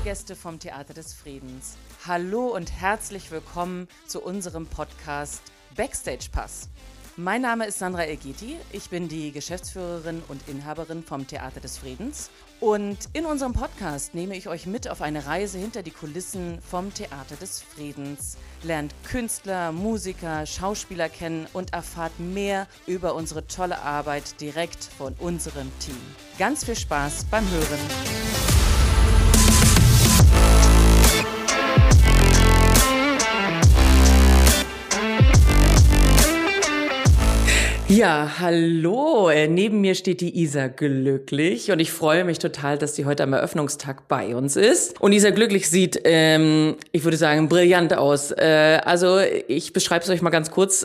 Gäste vom Theater des Friedens. Hallo und herzlich willkommen zu unserem Podcast Backstage Pass. Mein Name ist Sandra Elgeti, ich bin die Geschäftsführerin und Inhaberin vom Theater des Friedens. Und in unserem Podcast nehme ich euch mit auf eine Reise hinter die Kulissen vom Theater des Friedens. Lernt Künstler, Musiker, Schauspieler kennen und erfahrt mehr über unsere tolle Arbeit direkt von unserem Team. Ganz viel Spaß beim Hören. Ja, hallo. Neben mir steht die Isa Glücklich und ich freue mich total, dass sie heute am Eröffnungstag bei uns ist. Und Isa Glücklich sieht, ich würde sagen, brillant aus. Also ich beschreibe es euch mal ganz kurz.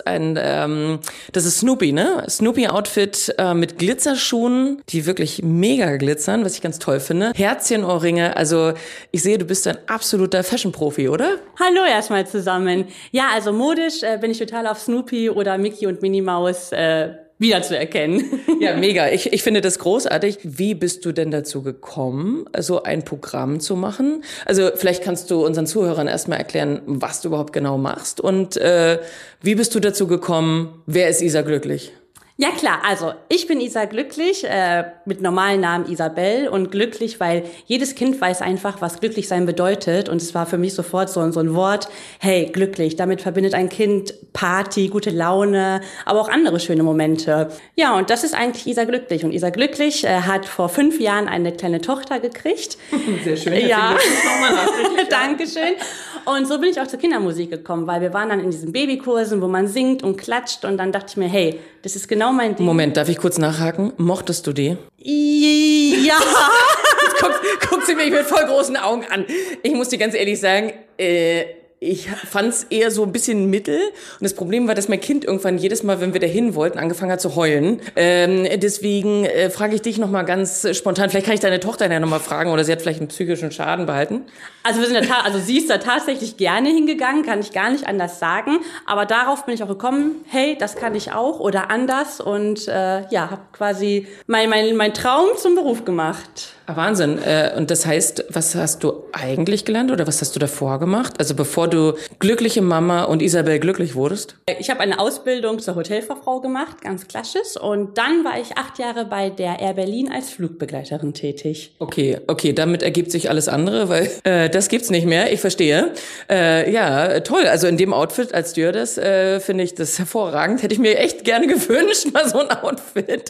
Das ist Snoopy, ne? Snoopy-Outfit mit Glitzerschuhen, die wirklich mega glitzern, was ich ganz toll finde. Herzchenohrringe. Also ich sehe, du bist ein absoluter Fashion-Profi, oder? Hallo erstmal zusammen. Ja, also modisch bin ich total auf Snoopy oder Mickey und Minnie Maus wiederzuerkennen. Ja, mega. Ich finde das großartig. Wie bist du denn dazu gekommen, so ein Programm zu machen? Also vielleicht kannst du unseren Zuhörern erstmal erklären, was du überhaupt genau machst und wie bist du dazu gekommen? Wer ist Isa Glücklich? Ja klar, also ich bin Isa Glücklich, mit normalen Namen Isabel und glücklich, weil jedes Kind weiß einfach, was glücklich sein bedeutet und es war für mich sofort so ein Wort, hey, glücklich, damit verbindet ein Kind Party, gute Laune, aber auch andere schöne Momente. Ja, und das ist eigentlich Isa Glücklich und Isa Glücklich hat vor 5 Jahren eine kleine Tochter gekriegt. Sehr schön. Ja, Dankeschön. Und so bin ich auch zur Kindermusik gekommen, weil wir waren dann in diesen Babykursen, wo man singt und klatscht und dann dachte ich mir, hey, das ist genau mein Ding. Moment, darf ich kurz nachhaken? Mochtest du die? Ja. Guckt sie mich mit voll großen Augen an. Ich muss dir ganz ehrlich sagen, ich fand's eher so ein bisschen mittel. Und das Problem war, dass mein Kind irgendwann jedes Mal, wenn wir dahin wollten, angefangen hat zu heulen. Deswegen frage ich dich noch mal ganz spontan. Vielleicht kann ich deine Tochter ja noch mal fragen oder sie hat vielleicht einen psychischen Schaden behalten. Also sie ist da tatsächlich gerne hingegangen, kann ich gar nicht anders sagen. Aber darauf bin ich auch gekommen, hey, das kann ich auch oder anders. Und habe quasi mein Traum zum Beruf gemacht. Ah, Wahnsinn. Und das heißt, was hast du eigentlich gelernt oder was hast du davor gemacht? Also bevor du glückliche Mama und Isabel Glücklich wurdest? Ich habe eine Ausbildung zur Hotelfachfrau gemacht, ganz klassisch. Und dann war ich 8 Jahre bei der Air Berlin als Flugbegleiterin tätig. Okay, damit ergibt sich alles andere, weil das gibt's nicht mehr. Ich verstehe. Ja, toll. Also in dem Outfit als Stewardess finde ich das hervorragend. Hätte ich mir echt gerne gewünscht, mal so ein Outfit.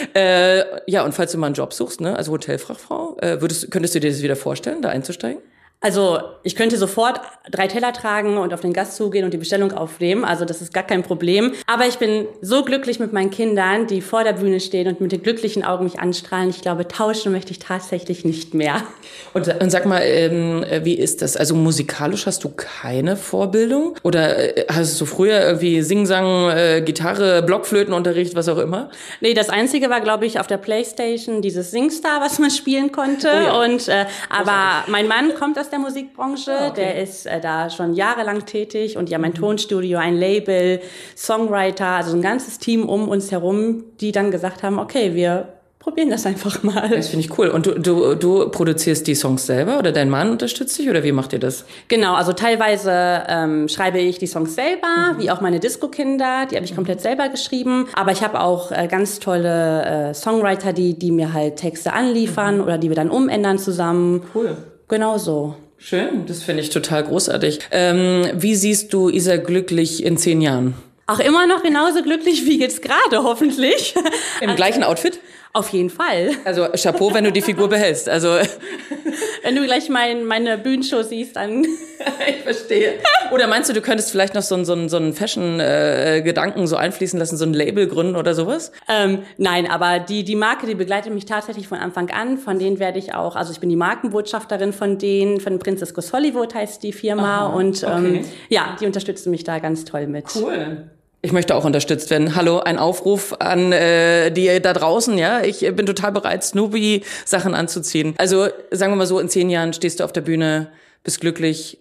Ja, und falls du mal einen Job suchst, ne, also Hotelfachfrau, könntest du dir das wieder vorstellen, da einzusteigen? Also ich könnte sofort 3 Teller tragen und auf den Gast zugehen und die Bestellung aufnehmen. Also das ist gar kein Problem. Aber ich bin so glücklich mit meinen Kindern, die vor der Bühne stehen und mit den glücklichen Augen mich anstrahlen. Ich glaube, tauschen möchte ich tatsächlich nicht mehr. Und sag mal, wie ist das? Also musikalisch hast du keine Vorbildung? Oder hast du früher irgendwie Singsang, Gitarre, Blockflötenunterricht, was auch immer? Nee, das Einzige war, glaube ich, auf der Playstation dieses Singstar, was man spielen konnte. Oh ja. Und aber mein Mann kommt aus der Musikbranche, okay. Der ist da schon jahrelang tätig und die haben ein Tonstudio, ein Label, Songwriter, also ein ganzes Team um uns herum, die dann gesagt haben, okay, wir probieren das einfach mal. Das finde ich cool. Und du produzierst die Songs selber oder dein Mann unterstützt dich oder wie macht ihr das? Genau, also teilweise schreibe ich die Songs selber, wie auch meine Disco-Kinder, die habe ich komplett selber geschrieben. Aber ich habe auch ganz tolle Songwriter, die mir halt Texte anliefern oder die wir dann umändern zusammen. Cool. Genau so. Schön, das finde ich total großartig. Wie siehst du Isa Glücklich in 10 Jahren? Ach, immer noch genauso glücklich wie jetzt gerade, hoffentlich. Im gleichen Outfit? Auf jeden Fall. Also Chapeau, wenn du die Figur behältst. Also wenn du gleich meine Bühnenshow siehst, dann... Ich verstehe. Oder meinst du könntest vielleicht noch so einen Fashion-Gedanken so einfließen lassen, so ein Label gründen oder sowas? Nein, aber die Marke, die begleitet mich tatsächlich von Anfang an. Von denen werde ich auch, also ich bin die Markenbotschafterin von Princess Goes Hollywood heißt die Firma. Aha, und okay. Die unterstützen mich da ganz toll mit. Cool. Ich möchte auch unterstützt werden. Hallo, ein Aufruf an die da draußen, ja. Ich bin total bereit, Snoopy-Sachen anzuziehen. Also sagen wir mal so, in 10 Jahren stehst du auf der Bühne, bist glücklich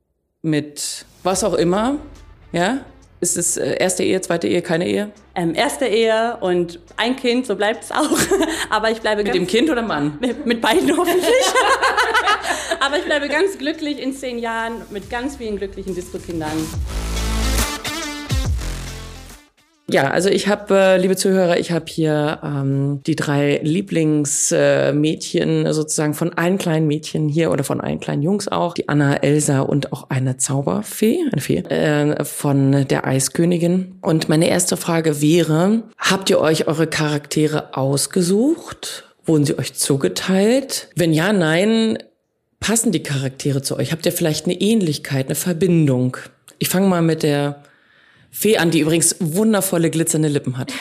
mit was auch immer, ja. Ist es erste Ehe, zweite Ehe, keine Ehe? Erste Ehe und ein Kind, so bleibt es auch. Aber ich bleibe mit dem Kind oder Mann? Mit beiden hoffentlich. Aber Aber ich bleibe ganz glücklich in 10 Jahren mit ganz vielen glücklichen Disco-Kindern. Ja, also ich habe, liebe Zuhörer, ich habe hier die 3 Lieblingsmädchen sozusagen von allen kleinen Mädchen hier oder von allen kleinen Jungs auch. Die Anna, Elsa und auch eine Zauberfee, eine Fee, von der Eiskönigin. Und meine erste Frage wäre, habt ihr euch eure Charaktere ausgesucht? Wurden sie euch zugeteilt? Wenn ja, nein, passen die Charaktere zu euch? Habt ihr vielleicht eine Ähnlichkeit, eine Verbindung? Ich fange mal mit der Fee an, die übrigens wundervolle glitzernde Lippen hat.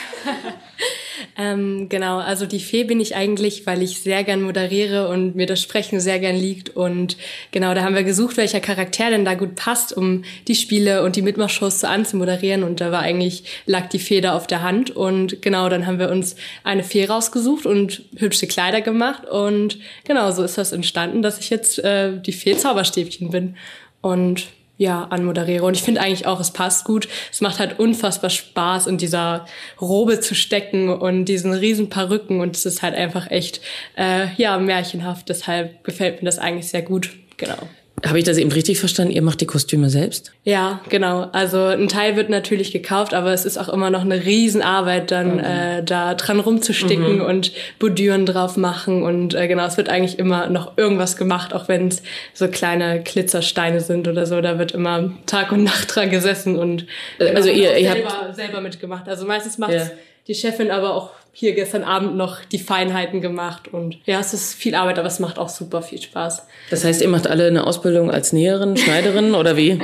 Genau, also die Fee bin ich eigentlich, weil ich sehr gern moderiere und mir das Sprechen sehr gern liegt. Und genau, da haben wir gesucht, welcher Charakter denn da gut passt, um die Spiele und die Mitmachshows so anzumoderieren. Und da lag die Fee da auf der Hand. Und genau, dann haben wir uns eine Fee rausgesucht und hübsche Kleider gemacht. Und genau, so ist das entstanden, dass ich jetzt die Fee Zauberstäbchen bin. Und ja, anmoderiere. Und ich finde eigentlich auch, es passt gut. Es macht halt unfassbar Spaß, in dieser Robe zu stecken und diesen riesen Perücken. Und es ist halt einfach echt, märchenhaft. Deshalb gefällt mir das eigentlich sehr gut. Genau. Habe ich das eben richtig verstanden? Ihr macht die Kostüme selbst? Ja, genau. Also ein Teil wird natürlich gekauft, aber es ist auch immer noch eine Riesenarbeit, dann da dran rumzusticken und Bordüren drauf machen. Und genau, es wird eigentlich immer noch irgendwas gemacht, auch wenn es so kleine Glitzersteine sind oder so. Da wird immer Tag und Nacht dran gesessen und also ihr selber mitgemacht. Also meistens macht die Chefin, aber auch hier gestern Abend noch die Feinheiten gemacht. Und ja, es ist viel Arbeit, aber es macht auch super viel Spaß. Das heißt, ihr macht alle eine Ausbildung als Näherin, Schneiderin oder wie?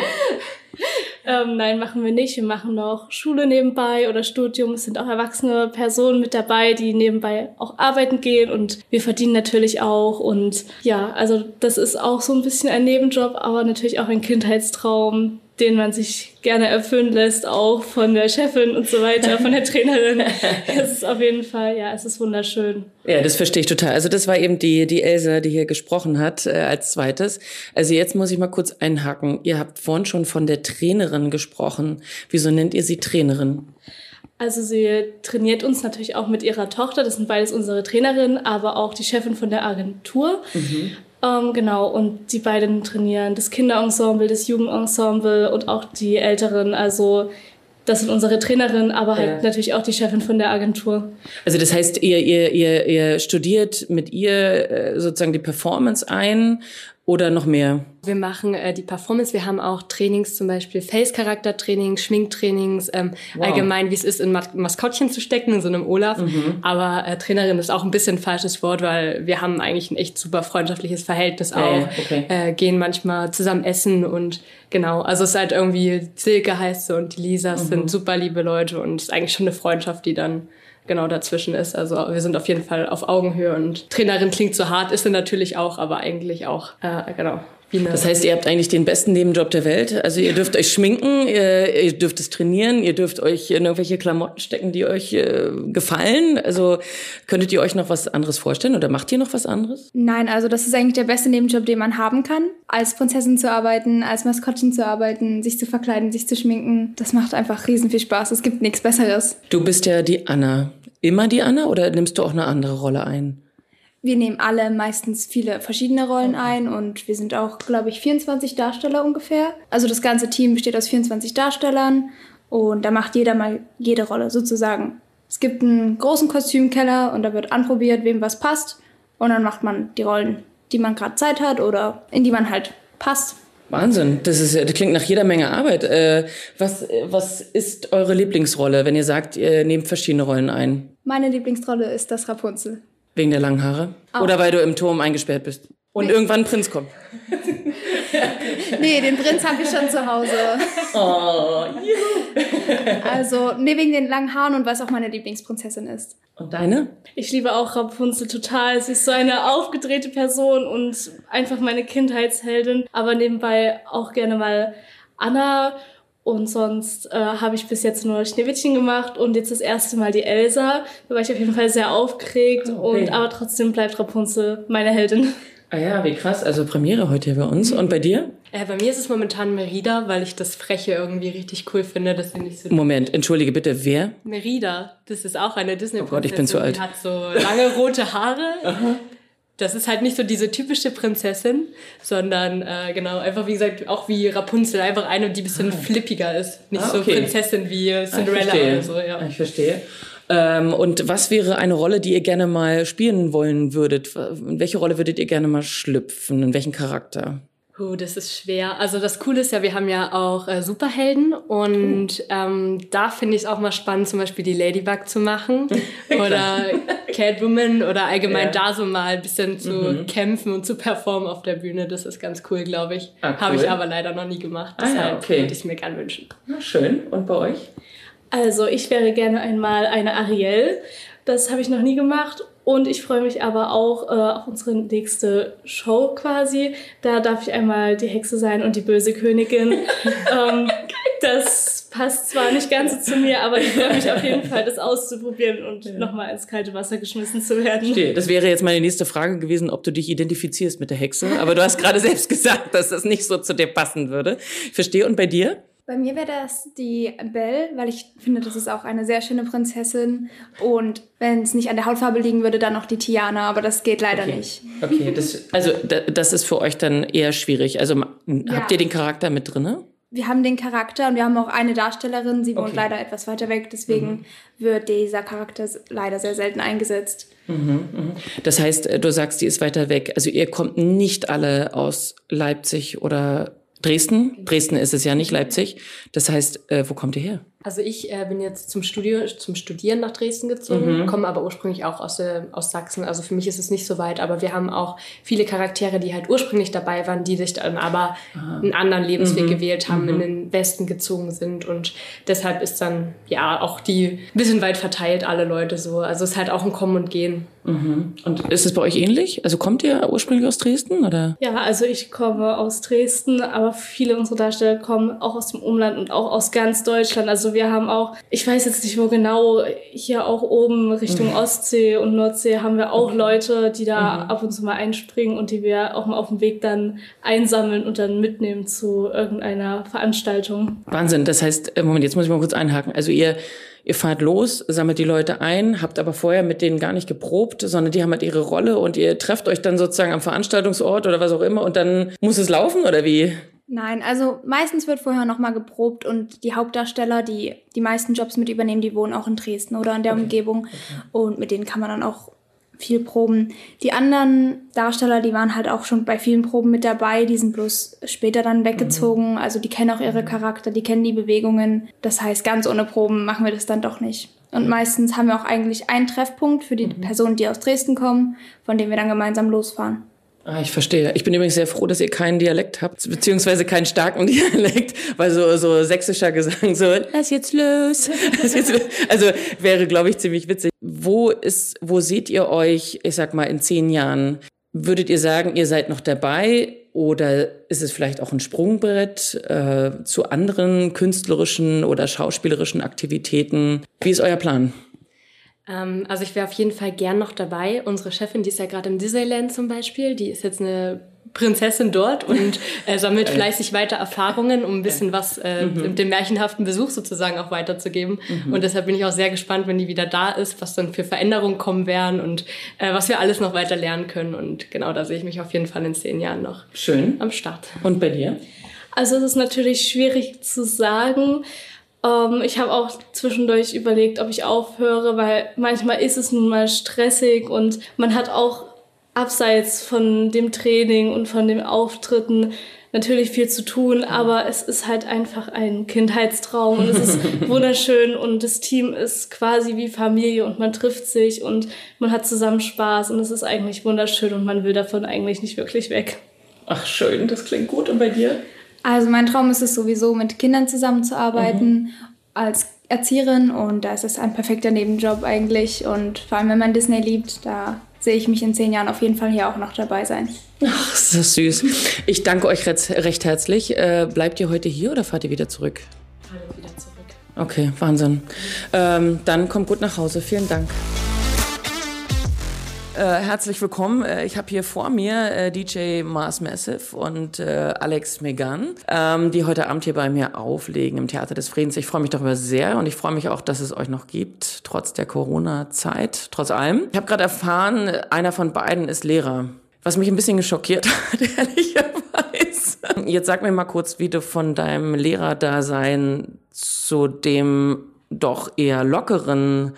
Nein, machen wir nicht. Wir machen noch Schule nebenbei oder Studium. Es sind auch erwachsene Personen mit dabei, die nebenbei auch arbeiten gehen. Und wir verdienen natürlich auch. Und ja, also das ist auch so ein bisschen ein Nebenjob, aber natürlich auch ein Kindheitstraum, den man sich gerne erfüllen lässt, auch von der Chefin und so weiter, von der Trainerin. Es ist auf jeden Fall, ja, es ist wunderschön. Ja, das verstehe ich total. Also das war eben die Elsa, die hier gesprochen hat als zweites. Also jetzt muss ich mal kurz einhaken. Ihr habt vorhin schon von der Trainerin gesprochen. Wieso nennt ihr sie Trainerin? Also sie trainiert uns natürlich auch mit ihrer Tochter. Das sind beides unsere Trainerinnen, aber auch die Chefin von der Agentur. Genau, und die beiden trainieren das Kinderensemble, das Jugendensemble und auch die Älteren. Also das sind unsere Trainerinnen, aber halt natürlich auch die Chefin von der Agentur. Also das heißt, ihr studiert mit ihr sozusagen die Performance ein oder noch mehr? Wir machen die Performance. Wir haben auch Trainings, zum Beispiel Face-Charakter-Trainings, Schminktrainings, allgemein, wie es ist, in Maskottchen zu stecken, in so einem Olaf. Aber Trainerin ist auch ein bisschen ein falsches Wort, weil wir haben eigentlich ein echt super freundschaftliches Verhältnis auch. Gehen manchmal zusammen essen und genau. Also es ist halt irgendwie, Silke heißt sie und die Lisa sind super liebe Leute und es ist eigentlich schon eine Freundschaft, die dann genau dazwischen ist. Also wir sind auf jeden Fall auf Augenhöhe und Trainerin klingt so hart, ist sie natürlich auch, aber eigentlich auch, genau. Das heißt, ihr habt eigentlich den besten Nebenjob der Welt. Also ihr dürft euch schminken, ihr dürft es trainieren, ihr dürft euch in irgendwelche Klamotten stecken, die euch gefallen. Also könntet ihr euch noch was anderes vorstellen oder macht ihr noch was anderes? Nein, also das ist eigentlich der beste Nebenjob, den man haben kann. Als Prinzessin zu arbeiten, als Maskottchen zu arbeiten, sich zu verkleiden, sich zu schminken. Das macht einfach riesen viel Spaß. Es gibt nichts Besseres. Du bist ja die Anna. Immer die Anna oder nimmst du auch eine andere Rolle ein? Wir nehmen alle meistens viele verschiedene Rollen ein und wir sind auch, glaube ich, 24 Darsteller ungefähr. Also das ganze Team besteht aus 24 Darstellern und da macht jeder mal jede Rolle sozusagen. Es gibt einen großen Kostümkeller und da wird anprobiert, wem was passt und dann macht man die Rollen, die man gerade Zeit hat oder in die man halt passt. Wahnsinn, das klingt nach jeder Menge Arbeit. Was ist eure Lieblingsrolle, wenn ihr sagt, ihr nehmt verschiedene Rollen ein? Meine Lieblingsrolle ist das Rapunzel. Wegen der langen Haare? Auch. Oder weil du im Turm eingesperrt bist? Und irgendwann ein Prinz kommt? Nee, den Prinz habe ich schon zu Hause. Oh, juhu. Also, wegen den langen Haaren und was auch meine Lieblingsprinzessin ist. Und deine? Ich liebe auch Rapunzel total. Sie ist so eine aufgedrehte Person und einfach meine Kindheitsheldin. Aber nebenbei auch gerne mal Anna. Und sonst habe ich bis jetzt nur Schneewittchen gemacht und jetzt das erste Mal die Elsa. Da war ich auf jeden Fall sehr aufgeregt, aber trotzdem bleibt Rapunzel meine Heldin. Ah ja, wie krass. Also Premiere heute hier bei uns. Und bei dir? Bei mir ist es momentan Merida, weil ich das Freche irgendwie richtig cool finde, dass sie nicht so... Moment, entschuldige bitte, wer? Merida, das ist auch eine Disney-Prinzessin. Oh Gott, ich bin zu alt. Die hat so lange rote Haare. Das ist halt nicht so diese typische Prinzessin, sondern genau, einfach wie gesagt, auch wie Rapunzel, einfach eine, die ein bisschen flippiger ist. Nicht so Prinzessin wie Cinderella oder so. Ja. Ich verstehe. Und was wäre eine Rolle, die ihr gerne mal spielen wollen würdet? In welche Rolle würdet ihr gerne mal schlüpfen? In welchen Charakter? Das ist schwer. Also das Coole ist ja, wir haben ja auch Superhelden und da finde ich es auch mal spannend, zum Beispiel die Ladybug zu machen oder Catwoman oder allgemein da so mal ein bisschen zu kämpfen und zu performen auf der Bühne. Das ist ganz cool, glaube ich. Cool. Habe ich aber leider noch nie gemacht. Deshalb würde ich es mir gern wünschen. Na, schön. Und bei euch? Also ich wäre gerne einmal eine Ariel. Das habe ich noch nie gemacht. Und ich freue mich aber auch auf unsere nächste Show quasi. Da darf ich einmal die Hexe sein und die böse Königin. Das passt zwar nicht ganz so zu mir, aber ich freue mich auf jeden Fall, das auszuprobieren und nochmal ins kalte Wasser geschmissen zu werden. Das wäre jetzt meine nächste Frage gewesen, ob du dich identifizierst mit der Hexe. Aber du hast gerade selbst gesagt, dass das nicht so zu dir passen würde. Ich verstehe. Und bei dir? Bei mir wäre das die Belle, weil ich finde, das ist auch eine sehr schöne Prinzessin. Und wenn es nicht an der Hautfarbe liegen würde, dann noch die Tiana, aber das geht leider nicht. Okay, das ist für euch dann eher schwierig. Also habt ihr den Charakter mit drinne? Wir haben den Charakter und wir haben auch eine Darstellerin, sie wohnt leider etwas weiter weg, deswegen wird dieser Charakter leider sehr selten eingesetzt. Das heißt, du sagst, die ist weiter weg. Also ihr kommt nicht alle aus Leipzig oder Dresden? Dresden ist es ja, nicht Leipzig. Das heißt, wo kommt ihr her? Also ich bin jetzt zum Studieren nach Dresden gezogen, komme aber ursprünglich auch aus Sachsen. Also für mich ist es nicht so weit, aber wir haben auch viele Charaktere, die halt ursprünglich dabei waren, die sich dann aber einen anderen Lebensweg gewählt haben, in den Westen gezogen sind und deshalb ist dann ja auch die ein bisschen weit verteilt, alle Leute so. Also es ist halt auch ein Kommen und Gehen. Und ist es bei euch ähnlich? Also kommt ihr ursprünglich aus Dresden, oder? Ja, also ich komme aus Dresden, aber viele unserer Darsteller kommen auch aus dem Umland und auch aus ganz Deutschland. Also wir haben auch, ich weiß jetzt nicht wo genau, hier auch oben Richtung Ostsee und Nordsee haben wir auch Leute, die da ab und zu mal einspringen und die wir auch mal auf dem Weg dann einsammeln und dann mitnehmen zu irgendeiner Veranstaltung. Wahnsinn, das heißt, Moment, jetzt muss ich mal kurz einhaken. Also ihr fahrt los, sammelt die Leute ein, habt aber vorher mit denen gar nicht geprobt, sondern die haben halt ihre Rolle und ihr trefft euch dann sozusagen am Veranstaltungsort oder was auch immer und dann muss es laufen, oder wie? Nein, also meistens wird vorher nochmal geprobt und die Hauptdarsteller, die die meisten Jobs mit übernehmen, die wohnen auch in Dresden oder in der Umgebung und mit denen kann man dann auch viel proben. Die anderen Darsteller, die waren halt auch schon bei vielen Proben mit dabei, die sind bloß später dann weggezogen, also die kennen auch ihre Charakter, die kennen die Bewegungen. Das heißt, ganz ohne Proben machen wir das dann doch nicht. Und meistens haben wir auch eigentlich einen Treffpunkt für die Personen, die aus Dresden kommen, von dem wir dann gemeinsam losfahren. Ah, ich verstehe. Ich bin übrigens sehr froh, dass ihr keinen Dialekt habt, beziehungsweise keinen starken Dialekt, weil so sächsischer Gesang so, lass jetzt los. Also wäre, glaube ich, ziemlich witzig. Wo seht ihr euch, ich sag mal, in 10 Jahren? Würdet ihr sagen, ihr seid noch dabei oder ist es vielleicht auch ein Sprungbrett zu anderen künstlerischen oder schauspielerischen Aktivitäten? Wie ist euer Plan? Also ich wäre auf jeden Fall gern noch dabei. Unsere Chefin, die ist ja gerade im Disneyland zum Beispiel, die ist jetzt eine Prinzessin dort und sammelt fleißig weiter Erfahrungen, um ein bisschen was dem märchenhaften Besuch sozusagen auch weiterzugeben. Und deshalb bin ich auch sehr gespannt, wenn die wieder da ist, was dann für Veränderungen kommen werden und was wir alles noch weiter lernen können. Und genau, da sehe ich mich auf jeden Fall in 10 Jahren noch am Start. Und bei dir? Also es ist natürlich schwierig zu sagen. Ich habe auch zwischendurch überlegt, ob ich aufhöre, weil manchmal ist es nun mal stressig und man hat auch abseits von dem Training und von den Auftritten natürlich viel zu tun, aber es ist halt einfach ein Kindheitstraum und es ist wunderschön und das Team ist quasi wie Familie und man trifft sich und man hat zusammen Spaß und es ist eigentlich wunderschön und man will davon eigentlich nicht wirklich weg. Ach schön, das klingt gut. Und bei dir? Also mein Traum ist es sowieso, mit Kindern zusammenzuarbeiten als Erzieherin und da ist es ein perfekter Nebenjob eigentlich und vor allem, wenn man Disney liebt, da sehe ich mich in 10 Jahren auf jeden Fall hier auch noch dabei sein. Ach, ist das süß. Ich danke euch recht herzlich. Bleibt ihr heute hier oder fahrt ihr wieder zurück? Alle wieder zurück. Okay, Wahnsinn. Dann kommt gut nach Hause. Vielen Dank. herzlich willkommen. Ich habe hier vor mir DJ Mars Massive und Alex Megan, die heute Abend hier bei mir auflegen im Theater des Friedens. Ich freue mich darüber sehr und ich freue mich auch, dass es euch noch gibt, trotz der Corona-Zeit, trotz allem. Ich habe gerade erfahren, einer von beiden ist Lehrer, was mich ein bisschen geschockiert hat, ehrlicherweise. Jetzt sag mir mal kurz, wie du von deinem Lehrerdasein zu dem doch eher lockeren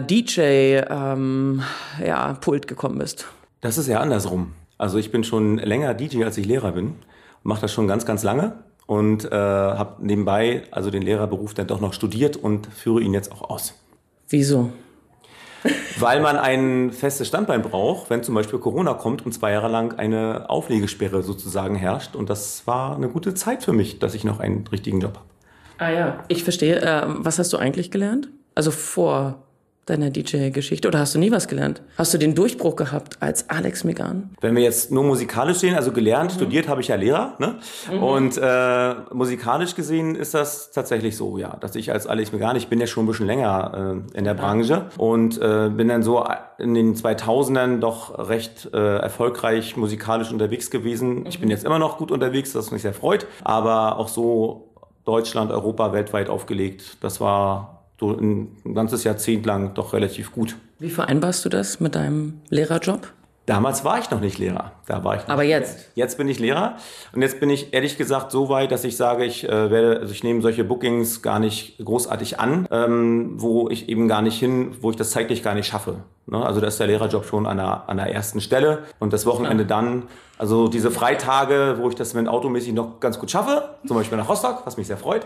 DJ-Pult gekommen bist. Das ist ja andersrum. Also ich bin schon länger DJ, als ich Lehrer bin. Mache das schon ganz, ganz lange und habe nebenbei also den Lehrerberuf dann doch noch studiert und führe ihn jetzt auch aus. Wieso? Weil man ein festes Standbein braucht, wenn zum Beispiel Corona kommt und 2 Jahre lang eine Auflegesperre sozusagen herrscht. Und das war eine gute Zeit für mich, dass ich noch einen richtigen Job habe. Ah ja, ich verstehe. Was hast du eigentlich gelernt? Also vor deiner DJ-Geschichte? Oder hast du nie was gelernt? Hast du den Durchbruch gehabt als Alex Megan? Wenn wir jetzt nur musikalisch sehen, also gelernt, studiert habe ich ja Lehrer, ne? Und musikalisch gesehen ist das tatsächlich so, ja, dass ich als Alex Megan, ich bin ja schon ein bisschen länger in der Branche und bin dann so in den 2000ern doch recht erfolgreich musikalisch unterwegs gewesen. Ich bin jetzt immer noch gut unterwegs, das mich sehr freut, aber auch so Deutschland, Europa, weltweit aufgelegt. Das war so ein ganzes Jahrzehnt lang doch relativ gut. Wie vereinbarst du das mit deinem Lehrerjob? Damals war ich noch nicht Lehrer. Aber jetzt? Jetzt bin ich Lehrer und jetzt bin ich ehrlich gesagt so weit, dass ich sage, ich nehme solche Bookings gar nicht großartig an, wo ich eben gar nicht wo ich das zeitlich gar nicht schaffe. Ne? Also da ist der Lehrerjob schon an der ersten Stelle und das Wochenende dann, also diese Freitage, wo ich das mit automäßig noch ganz gut schaffe, zum Beispiel nach Rostock, was mich sehr freut,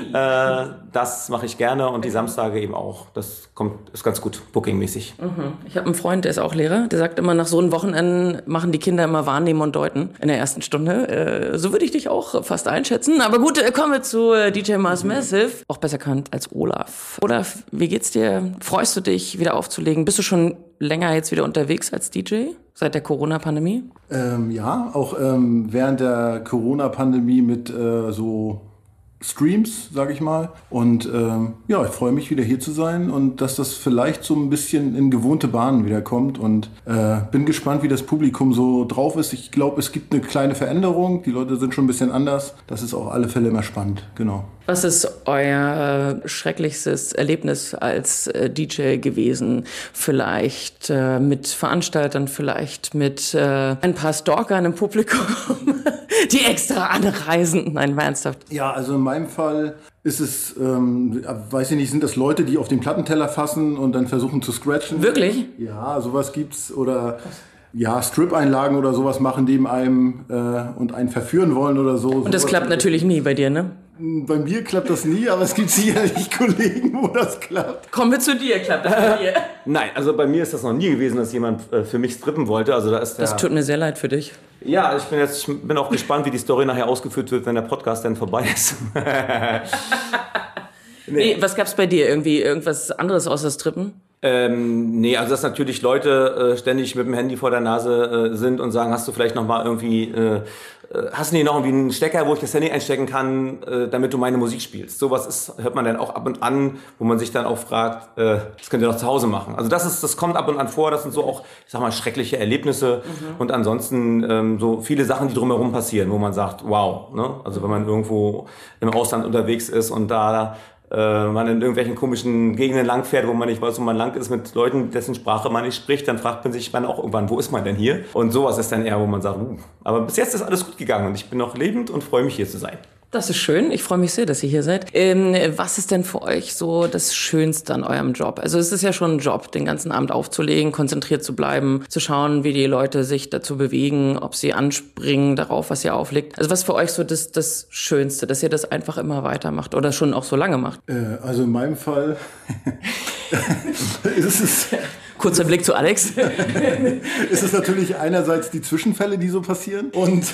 das mache ich gerne und die Samstage eben auch. Das ist ganz gut, bookingmäßig. Ich habe einen Freund, der ist auch Lehrer, der sagt immer, nach so einem Wochenende machen die Kinder immer Wahrnehmen und Deuten in der ersten Stunde. So würde ich dich auch fast einschätzen. Aber gut, kommen wir zu DJ Mars Massive, auch besser bekannt als Olaf. Olaf, wie geht's dir? Freust du dich, wieder aufzulegen? Bist du schon länger jetzt wieder unterwegs als DJ? Seit der Corona-Pandemie? Ja, auch während der Corona-Pandemie mit so Streams, sage ich mal. Und ja, ich freue mich wieder hier zu sein und dass das vielleicht so ein bisschen in gewohnte Bahnen wieder kommt und bin gespannt, wie das Publikum so drauf ist. Ich glaube, es gibt eine kleine Veränderung. Die Leute sind schon ein bisschen anders. Das ist auf alle Fälle immer spannend, genau. Was ist euer schrecklichstes Erlebnis als DJ gewesen? Vielleicht mit Veranstaltern, vielleicht mit ein paar Stalkern im Publikum, die extra anreisen? Nein, ernsthaft. Ja, also in meinem Fall ist es, weiß ich nicht, sind das Leute, die auf den Plattenteller fassen und dann versuchen zu scratchen? Wirklich? Ja, sowas gibt's. Oder ja, Strip-Einlagen oder sowas machen, die einem und einen verführen wollen oder so. Und das klappt natürlich nie bei dir, ne? Bei mir klappt das nie, aber es gibt sicherlich Kollegen, wo das klappt. Kommen wir zu dir, klappt das bei dir? Nein, also bei mir ist das noch nie gewesen, dass jemand für mich strippen wollte. Also das tut mir sehr leid für dich. Ja, ich bin auch gespannt, wie die Story nachher ausgeführt wird, wenn der Podcast dann vorbei ist. Nee, was gab's bei dir? Irgendwas anderes außer Strippen? Nee, also dass natürlich Leute ständig mit dem Handy vor der Nase sind und sagen, hast du vielleicht noch mal irgendwie, hast du nicht noch irgendwie einen Stecker, wo ich das Handy einstecken kann, damit du meine Musik spielst? Sowas hört man dann auch ab und an, wo man sich dann auch fragt, das könnt ihr doch zu Hause machen. Also das kommt ab und an vor, das sind so auch, ich sag mal, schreckliche Erlebnisse und ansonsten so viele Sachen, die drumherum passieren, wo man sagt, wow, ne? Also wenn man irgendwo im Ausland unterwegs ist und da man in irgendwelchen komischen Gegenden langfährt, wo man nicht weiß, wo man lang ist, mit Leuten, dessen Sprache man nicht spricht, dann fragt man sich dann auch irgendwann, wo ist man denn hier? Und sowas ist dann eher, wo man sagt, aber bis jetzt ist alles gut gegangen und ich bin noch lebend und freue mich, hier zu sein. Das ist schön. Ich freue mich sehr, dass ihr hier seid. Was ist denn für euch so das Schönste an eurem Job? Also es ist ja schon ein Job, den ganzen Abend aufzulegen, konzentriert zu bleiben, zu schauen, wie die Leute sich dazu bewegen, ob sie anspringen darauf, was ihr auflegt. Also was für euch so das Schönste, dass ihr das einfach immer weitermacht oder schon auch so lange macht? Also in meinem Fall ist es... Kurzer Blick zu Alex. Ist es natürlich einerseits die Zwischenfälle, die so passieren und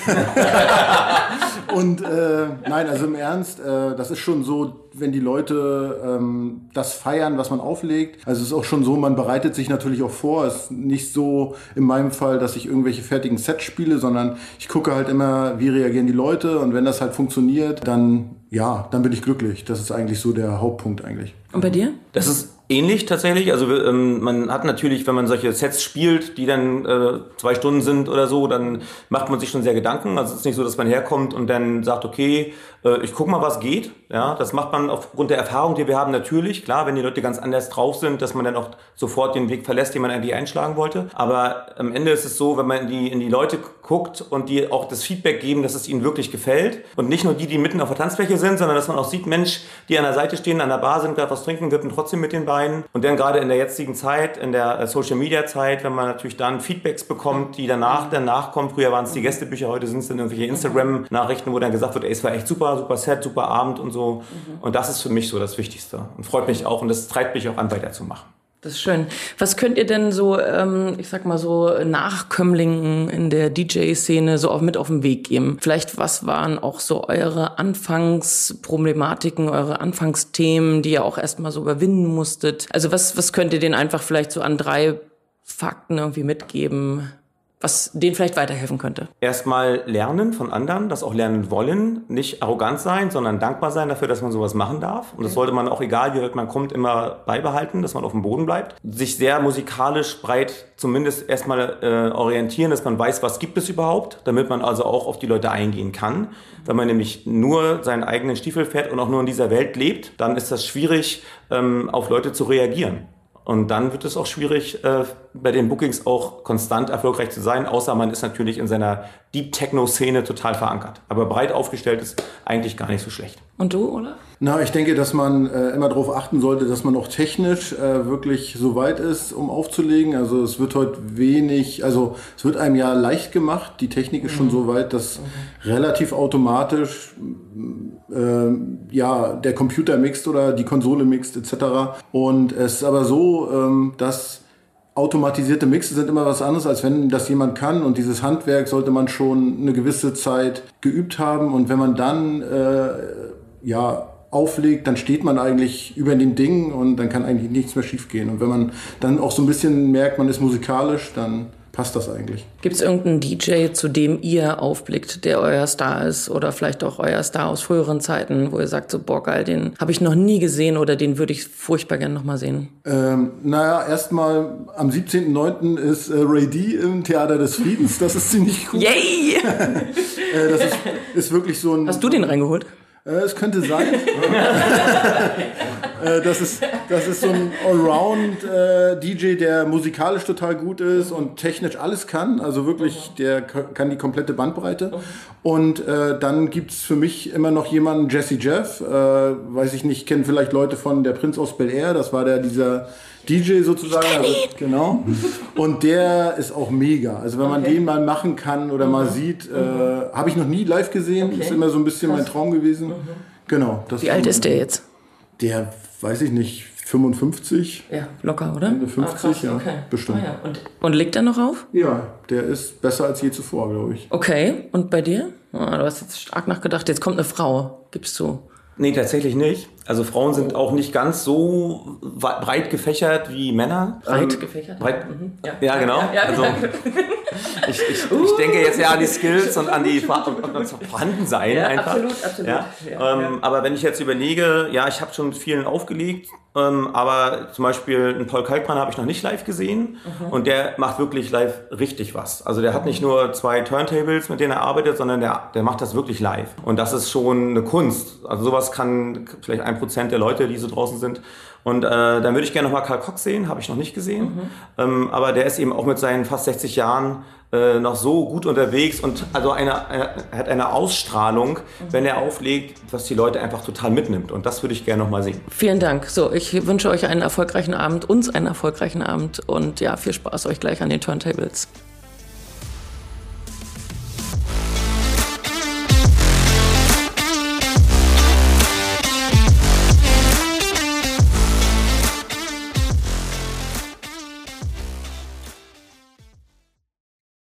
nein, also im Ernst, das ist schon so, wenn die Leute das feiern, was man auflegt. Also es ist auch schon so, man bereitet sich natürlich auch vor. Es ist nicht so in meinem Fall, dass ich irgendwelche fertigen Sets spiele, sondern ich gucke halt immer, wie reagieren die Leute und wenn das halt funktioniert, dann bin ich glücklich. Das ist eigentlich so der Hauptpunkt eigentlich. Und bei dir? Das ist Ähnlich tatsächlich. Also man hat natürlich, wenn man solche Sets spielt, die dann 2 Stunden sind oder so, dann macht man sich schon sehr Gedanken. Also es ist nicht so, dass man herkommt und dann sagt, okay, ich guck mal, was geht. Ja, das macht man aufgrund der Erfahrung, die wir haben, natürlich. Klar, wenn die Leute ganz anders drauf sind, dass man dann auch sofort den Weg verlässt, den man eigentlich einschlagen wollte. Aber am Ende ist es so, wenn man in die Leute guckt und die auch das Feedback geben, dass es ihnen wirklich gefällt. Und nicht nur die mitten auf der Tanzfläche sind, sondern dass man auch sieht, Mensch, die an der Seite stehen, an der Bar sind, gerade was trinken, wippen trotzdem mit den Beinen. Und dann gerade in der jetzigen Zeit, in der Social-Media-Zeit, wenn man natürlich dann Feedbacks bekommt, die danach kommen. Früher waren es die Gästebücher, heute sind es dann irgendwelche Instagram-Nachrichten, wo dann gesagt wird, ey, es war echt super, super Set, super Abend und so. Und das ist für mich so das Wichtigste. Und freut mich auch und das treibt mich auch an, weiterzumachen. Das ist schön. Was könnt ihr denn so, ich sag mal so, Nachkömmlingen in der DJ-Szene so auch mit auf den Weg geben? Vielleicht, was waren auch so eure Anfangsproblematiken, eure Anfangsthemen, die ihr auch erstmal so überwinden musstet? Also was könnt ihr denen einfach vielleicht so an 3 Fakten irgendwie mitgeben, was denen vielleicht weiterhelfen könnte? Erstmal lernen von anderen, das auch lernen wollen. Nicht arrogant sein, sondern dankbar sein dafür, dass man sowas machen darf. Und das sollte man auch, egal wie weit man kommt, immer beibehalten, dass man auf dem Boden bleibt. Sich sehr musikalisch breit zumindest erstmal orientieren, dass man weiß, was gibt es überhaupt, damit man also auch auf die Leute eingehen kann. Wenn man nämlich nur seinen eigenen Stiefel fährt und auch nur in dieser Welt lebt, dann ist das schwierig, auf Leute zu reagieren. Und dann wird es auch schwierig, bei den Bookings auch konstant erfolgreich zu sein, außer man ist natürlich in seiner Deep-Techno-Szene total verankert. Aber breit aufgestellt ist eigentlich gar nicht so schlecht. Und du, Olaf? Na, ich denke, dass man immer darauf achten sollte, dass man auch technisch wirklich so weit ist, um aufzulegen. Also es wird heute es wird einem ja leicht gemacht. Die Technik ist schon so weit, dass relativ automatisch der Computer mixt oder die Konsole mixt etc. Und es ist aber so, dass automatisierte Mixe sind immer was anderes, als wenn das jemand kann. Und dieses Handwerk sollte man schon eine gewisse Zeit geübt haben. Und wenn man dann auflegt, dann steht man eigentlich über dem Ding und dann kann eigentlich nichts mehr schief gehen. Und wenn man dann auch so ein bisschen merkt, man ist musikalisch, dann passt das eigentlich. Gibt es irgendeinen DJ, zu dem ihr aufblickt, der euer Star ist oder vielleicht auch euer Star aus früheren Zeiten, wo ihr sagt, so boah geil, den habe ich noch nie gesehen oder den würde ich furchtbar gerne noch mal sehen? Erstmal am 17.09. ist Ray D im Theater des Friedens. Das ist ziemlich cool. Yay! Das ist wirklich so ein... Hast du den reingeholt? Es könnte sein. Das ist so ein Allround-DJ, der musikalisch total gut ist und technisch alles kann. Also wirklich, der kann die komplette Bandbreite. Und dann gibt's für mich immer noch jemanden, Jesse Jeff. Weiß ich nicht, kennen vielleicht Leute von Der Prinz aus Bel-Air. Das war dieser DJ sozusagen. Genau. Und der ist auch mega. Also wenn man den mal machen kann oder mal sieht, habe ich noch nie live gesehen. Okay. Ist immer so ein bisschen mein Traum gewesen. Genau. Wie alt ist der jetzt? Der, weiß ich nicht, 55. Ja, locker, oder? Ende 50, ja, okay. Bestimmt. Ah, ja. Und legt er noch auf? Ja, der ist besser als je zuvor, glaube ich. Okay, und bei dir? Du hast jetzt stark nachgedacht, jetzt kommt eine Frau. Gibst du? Nee, tatsächlich nicht. Also Frauen sind auch nicht ganz so breit gefächert wie Männer. Breit gefächert? Ja, genau. Ja, also, ich denke jetzt ja an die Skills und an die Vorhandensein einfach. Absolut. Ja. Aber wenn ich jetzt überlege, ja, ich habe schon mit vielen aufgelegt, aber zum Beispiel einen Paul Kalkbrenner habe ich noch nicht live gesehen und der macht wirklich live richtig was. Also der hat nicht nur 2 Turntables, mit denen er arbeitet, sondern der macht das wirklich live. Und das ist schon eine Kunst. Also sowas kann vielleicht 1% der Leute, die so draußen sind. Und dann würde ich gerne noch mal Carl Cox sehen, habe ich noch nicht gesehen. Aber der ist eben auch mit seinen fast 60 Jahren noch so gut unterwegs und also hat eine Ausstrahlung, wenn er auflegt, was die Leute einfach total mitnimmt. Und das würde ich gerne noch mal sehen. Vielen Dank. So, ich wünsche euch einen erfolgreichen Abend, uns einen erfolgreichen Abend und ja, viel Spaß euch gleich an den Turntables.